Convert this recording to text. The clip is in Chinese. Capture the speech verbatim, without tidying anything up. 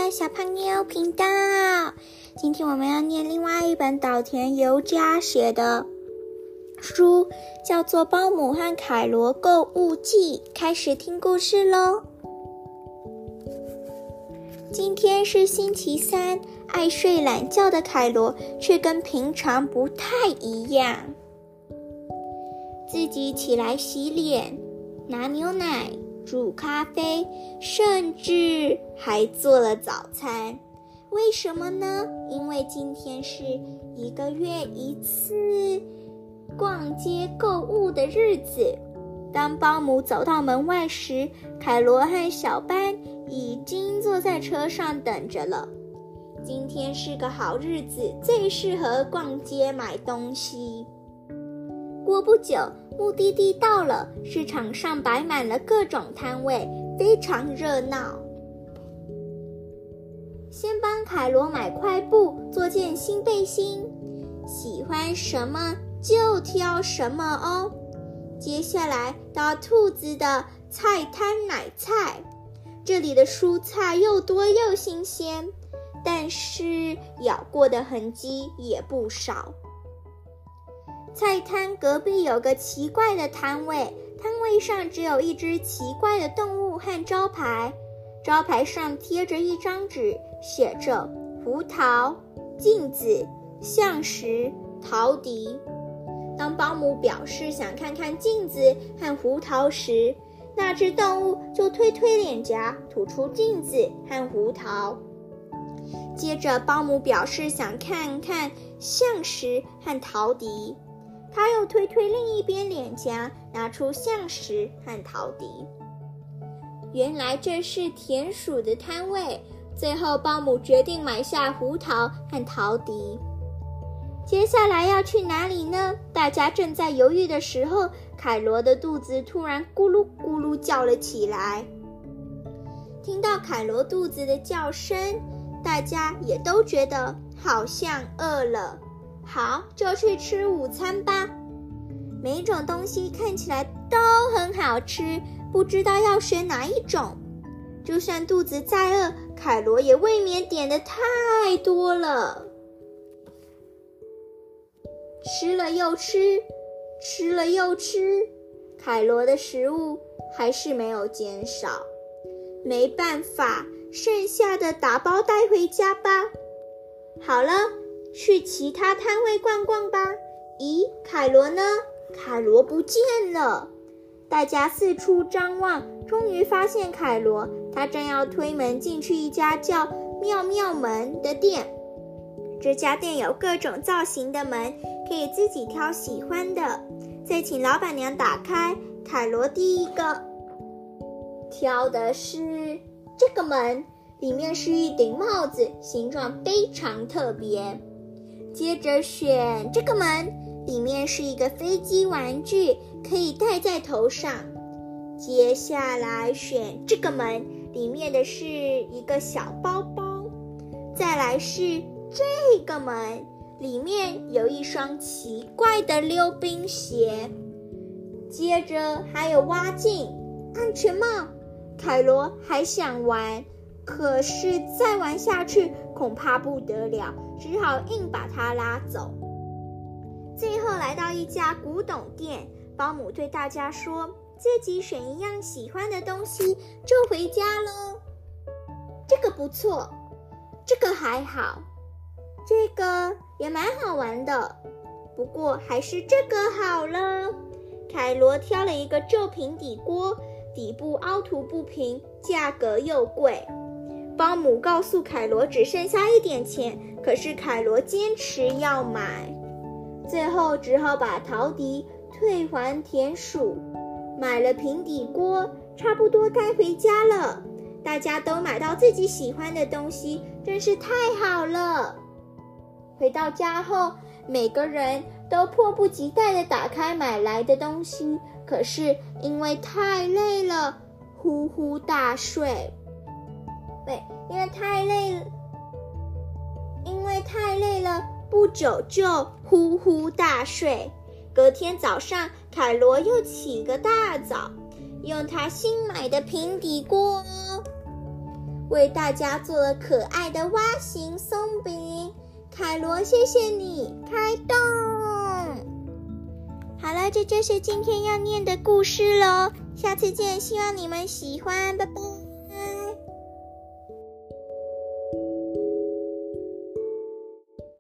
来小胖妞频道。今天我们要念另外一本岛田由佳写的书，叫做《包姆和凯罗购物记》。开始听故事咯。今天是星期三，爱睡懒觉的凯罗却跟平常不太一样。自己起来洗脸，拿牛奶，煮咖啡，甚至还做了早餐。为什么呢？因为今天是一个月一次逛街购物的日子。当包姆走到门外时，凯罗和小班已经坐在车上等着了。今天是个好日子，最适合逛街买东西。过不久，目的地到了，市场上摆满了各种摊位，非常热闹。先帮凯罗买块布做件新背心，喜欢什么就挑什么哦。接下来到兔子的菜摊买菜，这里的蔬菜又多又新鲜，但是咬过的痕迹也不少。菜摊隔壁有个奇怪的摊位，摊位上只有一只奇怪的动物和招牌，招牌上贴着一张纸，写着胡桃、镜子、象石、陶笛。当包姆表示想看看镜子和胡桃时，那只动物就推推脸颊，吐出镜子和胡桃。接着包姆表示想看看象石和陶笛，他又推推另一边脸颊，拿出象石和陶笛。原来这是田鼠的摊位，最后包姆决定买下胡桃和陶笛。接下来要去哪里呢？大家正在犹豫的时候，凯罗的肚子突然咕噜咕噜叫了起来。听到凯罗肚子的叫声，大家也都觉得好像饿了。好，就去吃午餐吧。每种东西看起来都很好吃，不知道要选哪一种。就算肚子再饿，凯罗也未免点的太多了。吃了又吃，吃了又吃，凯罗的食物还是没有减少。没办法，剩下的打包带回家吧。好了，去其他摊位逛逛吧。咦，凯罗呢？凯罗不见了。大家四处张望，终于发现凯罗，他正要推门进去一家叫妙妙门的店。这家店有各种造型的门，可以自己挑喜欢的，再请老板娘打开。凯罗第一个挑的是这个门，里面是一顶帽子，形状非常特别。接着选这个门，里面是一个飞机玩具，可以戴在头上。接下来选这个门，里面的是一个小包包。再来是这个门，里面有一双奇怪的溜冰鞋。接着还有蛙镜、安全帽。凯罗还想玩，可是再玩下去恐怕不得了，只好硬把它拉走。最后来到一家古董店，包姆对大家说，自己选一样喜欢的东西就回家咯。这个不错，这个还好，这个也蛮好玩的，不过还是这个好了。凯罗挑了一个旧平底锅，底部凹凸不平，价格又贵。包姆告诉凯罗只剩下一点钱，可是凯罗坚持要买，最后只好把陶笛退还田鼠，买了平底锅，差不多该回家了。大家都买到自己喜欢的东西，真是太好了。回到家后，每个人都迫不及待地打开买来的东西，可是因为太累了，呼呼大睡。对，因为太累了，因为太累了，不久就呼呼大睡。隔天早上，凯罗又起个大早，用他新买的平底锅为大家做了可爱的蛙形松饼。凯罗，谢谢你，开动！好了，这就是今天要念的故事咯，下次见，希望你们喜欢，拜拜。